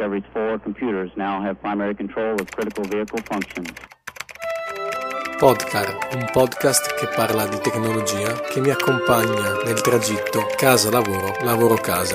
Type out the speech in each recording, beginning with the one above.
Discovery's 4 computers now have primary control of critical vehicle functions. Podcar, un podcast che parla di tecnologia che mi accompagna nel tragitto casa-lavoro, lavoro-casa.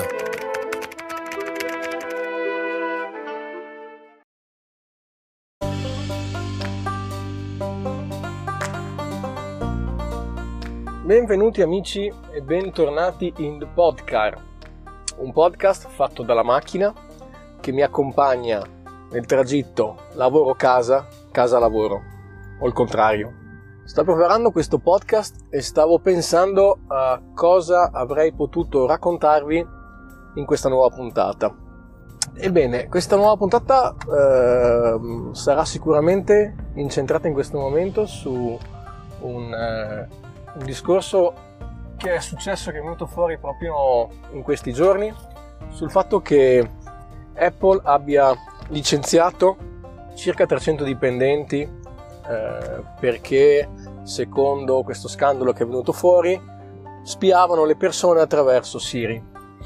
Benvenuti amici e bentornati in The Podcar, un podcast fatto dalla macchina che mi accompagna nel tragitto lavoro-casa, casa-lavoro. O il contrario. Sto preparando questo podcast e stavo pensando a cosa avrei potuto raccontarvi in questa nuova puntata. Ebbene, questa nuova puntata sarà sicuramente incentrata in questo momento su un discorso che è successo, che è venuto fuori proprio in questi giorni, sul fatto che Apple abbia licenziato circa 300 dipendenti perché, secondo questo scandalo che è venuto fuori, spiavano le persone attraverso Siri.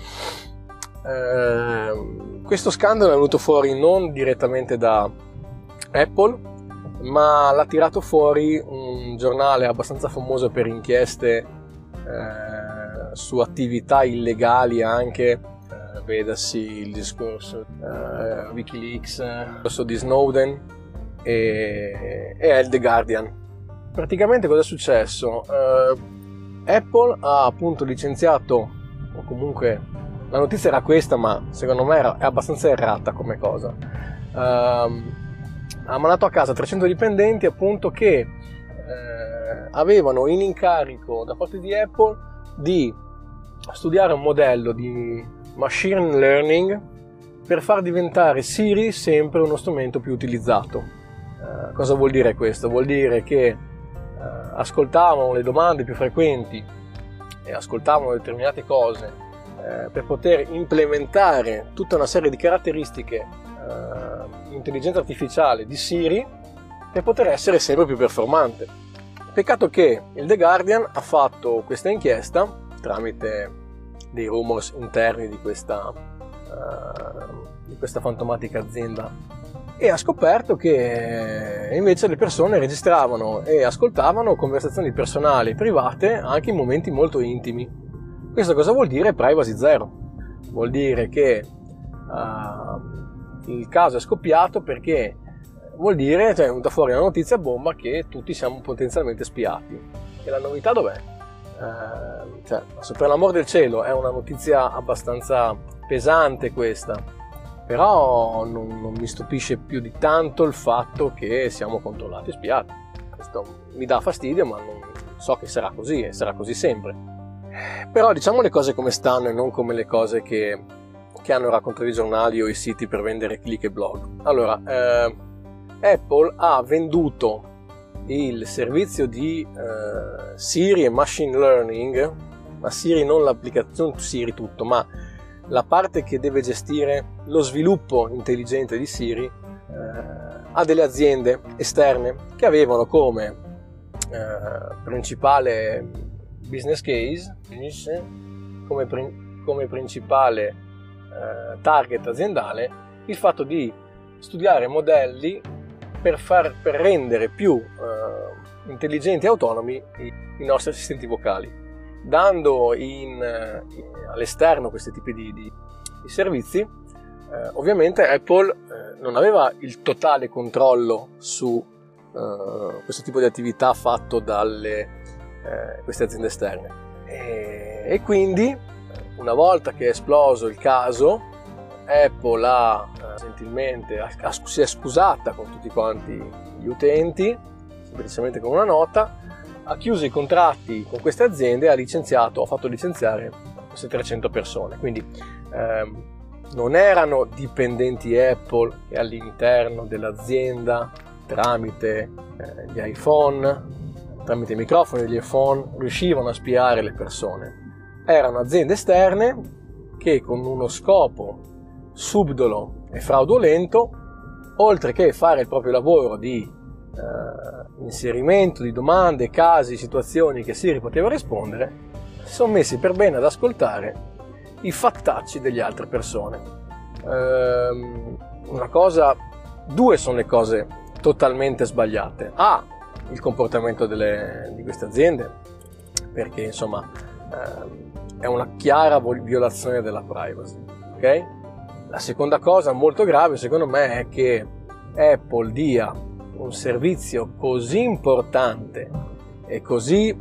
Questo scandalo è venuto fuori non direttamente da Apple, ma l'ha tirato fuori un giornale abbastanza famoso per inchieste su attività illegali anche, vedasi il discorso Wikileaks, il discorso di Snowden, e è il The Guardian. Praticamente cosa è successo? Apple ha appunto licenziato, o comunque la notizia era questa, ma secondo me è abbastanza errata come cosa. Ha mandato a casa 300 dipendenti appunto che avevano in incarico da parte di Apple di studiare un modello di machine learning per far diventare Siri sempre uno strumento più utilizzato. Cosa vuol dire questo? Vuol dire che ascoltavano le domande più frequenti e ascoltavano determinate cose per poter implementare tutta una serie di caratteristiche intelligenza artificiale di Siri per poter essere sempre più performante. Peccato che il The Guardian ha fatto questa inchiesta tramite dei rumors interni di questa fantomatica azienda e ha scoperto che invece le persone registravano e ascoltavano conversazioni personali e private anche in momenti molto intimi. Questo cosa vuol dire? Privacy zero. Vuol dire che il caso è scoppiato perché vuol dire, è venuta fuori una notizia bomba che tutti siamo potenzialmente spiati. E la novità dov'è? Per l'amor del cielo, è una notizia abbastanza pesante questa. Però non mi stupisce più di tanto il fatto che siamo controllati e spiati. Questo mi dà fastidio, ma non so che sarà così e sarà così sempre. Però diciamo le cose come stanno e non come le cose che hanno raccontato i giornali o i siti per vendere click e blog. Allora, Apple ha venduto il servizio di Siri e Machine Learning, ma Siri non l'applicazione Siri tutto, ma la parte che deve gestire lo sviluppo intelligente di Siri a delle aziende esterne che avevano come principale business case, come principale target aziendale, il fatto di studiare modelli per rendere più intelligenti e autonomi i nostri assistenti vocali, dando all'esterno questi tipi di servizi. Ovviamente Apple non aveva il totale controllo su questo tipo di attività fatto dalle queste aziende esterne e quindi una volta che è esploso il caso, Apple gentilmente si è scusata con tutti quanti gli utenti, semplicemente con una nota, ha chiuso i contratti con queste aziende e ha fatto licenziare queste 300 persone. Quindi non erano dipendenti Apple che all'interno dell'azienda tramite gli iPhone, tramite i microfoni degli iPhone riuscivano a spiare le persone. Erano aziende esterne che con uno scopo subdolo e fraudolento, oltre che fare il proprio lavoro di inserimento di domande, casi, situazioni che Siri poteva rispondere, si sono messi per bene ad ascoltare i fattacci delle altre persone. due sono le cose totalmente sbagliate. Il comportamento di queste aziende, perché insomma è una chiara violazione della privacy, ok? La seconda cosa molto grave secondo me è che Apple dia un servizio così importante e così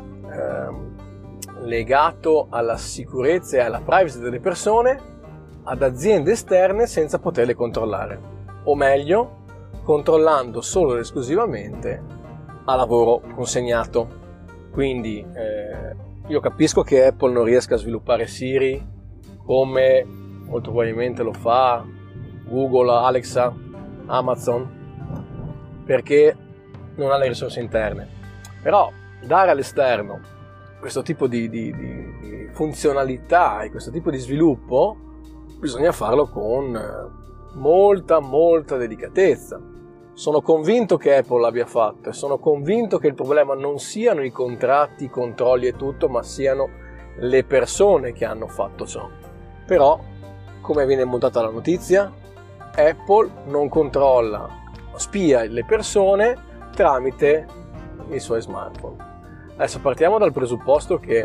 legato alla sicurezza e alla privacy delle persone ad aziende esterne senza poterle controllare, o meglio, controllando solo ed esclusivamente a lavoro consegnato. Quindi io capisco che Apple non riesca a sviluppare Siri come molto probabilmente lo fa Google, Alexa, Amazon, perché non ha le risorse interne. Però dare all'esterno questo tipo di funzionalità e questo tipo di sviluppo bisogna farlo con molta delicatezza. Sono convinto che Apple l'abbia fatto e sono convinto che il problema non siano i contratti, i controlli e tutto, ma siano le persone che hanno fatto ciò. Però, come viene montata la notizia, Apple non controlla, spia le persone tramite i suoi smartphone. Adesso partiamo dal presupposto che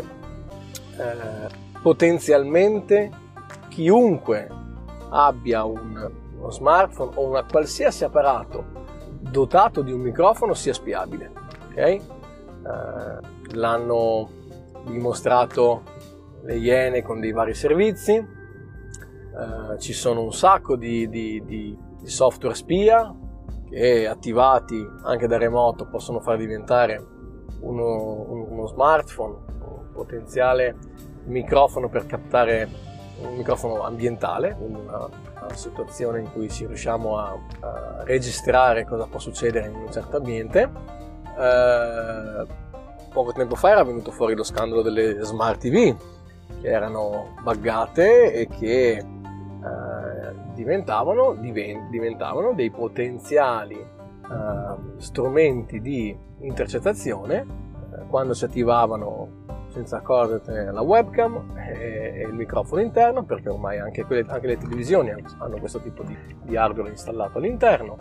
potenzialmente chiunque abbia uno smartphone o un qualsiasi apparato dotato di un microfono sia spiabile, ok? L'hanno dimostrato le Iene con dei vari servizi, ci sono un sacco di software spia che attivati anche da remoto possono far diventare uno smartphone, un potenziale microfono per captare un microfono ambientale, una situazione in cui ci riusciamo a registrare cosa può succedere in un certo ambiente. Poco tempo fa era venuto fuori lo scandalo delle smart TV che erano buggate e che diventavano dei potenziali strumenti di intercettazione quando si attivavano senza accorgertene la webcam e il microfono interno, perché ormai anche le televisioni hanno questo tipo di hardware installato all'interno.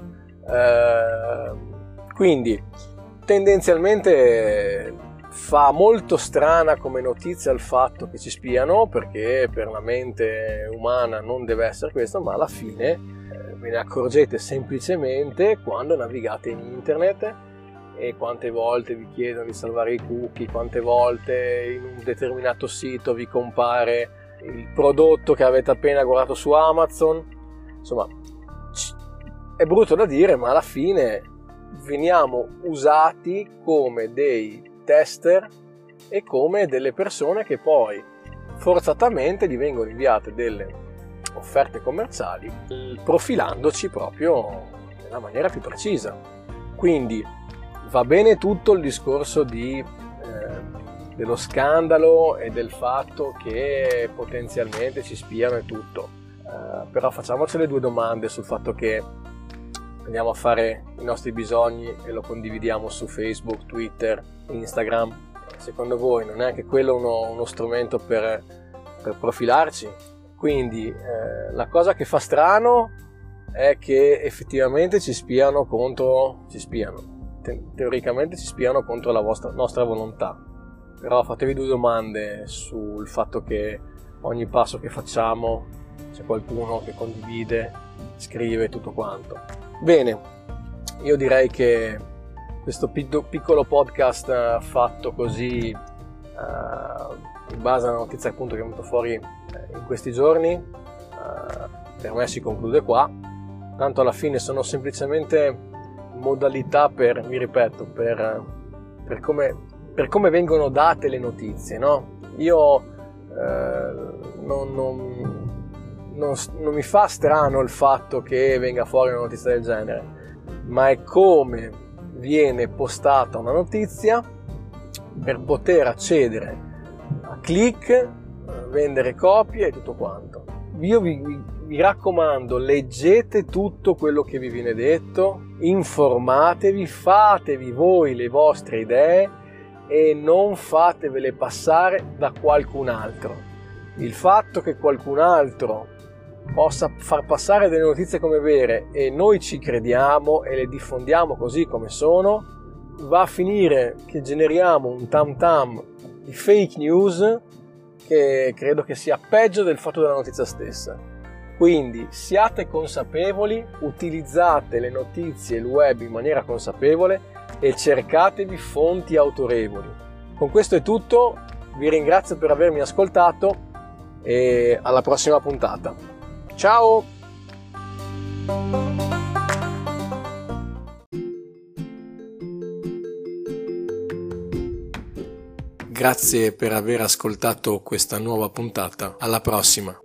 Quindi tendenzialmente fa molto strana come notizia il fatto che ci spiano, perché per la mente umana non deve essere questo, ma alla fine ve ne accorgete semplicemente quando navigate in internet e quante volte vi chiedono di salvare i cookie, quante volte in un determinato sito vi compare il prodotto che avete appena guardato su Amazon. Insomma, è brutto da dire, ma alla fine veniamo usati come dei tester e come delle persone che poi forzatamente gli vengono inviate delle offerte commerciali profilandoci proprio nella maniera più precisa. Quindi va bene tutto il discorso dello scandalo e del fatto che potenzialmente ci spiano e tutto, però facciamoci le due domande sul fatto che andiamo a fare i nostri bisogni e lo condividiamo su Facebook, Twitter, Instagram. Secondo voi non è anche quello uno strumento per profilarci? Quindi la cosa che fa strano è che effettivamente teoricamente ci spiano contro la nostra volontà, però fatevi due domande sul fatto che ogni passo che facciamo c'è qualcuno che condivide, scrive tutto quanto. Bene, io direi che questo piccolo podcast fatto così in base alla notizia appunto che è venuta fuori in questi giorni per me si conclude qua. Tanto alla fine sono semplicemente modalità per come vengono date le notizie, no? Io non mi fa strano il fatto che venga fuori una notizia del genere, ma è come viene postata una notizia per poter accedere a click, vendere copie e tutto quanto. Io vi raccomando, leggete tutto quello che vi viene detto, informatevi, fatevi voi le vostre idee e non fatevele passare da qualcun altro. Il fatto che qualcun altro possa far passare delle notizie come vere e noi ci crediamo e le diffondiamo così come sono, va a finire che generiamo un tam tam di fake news che credo che sia peggio del fatto della notizia stessa. Quindi siate consapevoli, utilizzate le notizie e il web in maniera consapevole e cercatevi fonti autorevoli. Con questo è tutto, vi ringrazio per avermi ascoltato e alla prossima puntata. Ciao! Grazie per aver ascoltato questa nuova puntata. Alla prossima!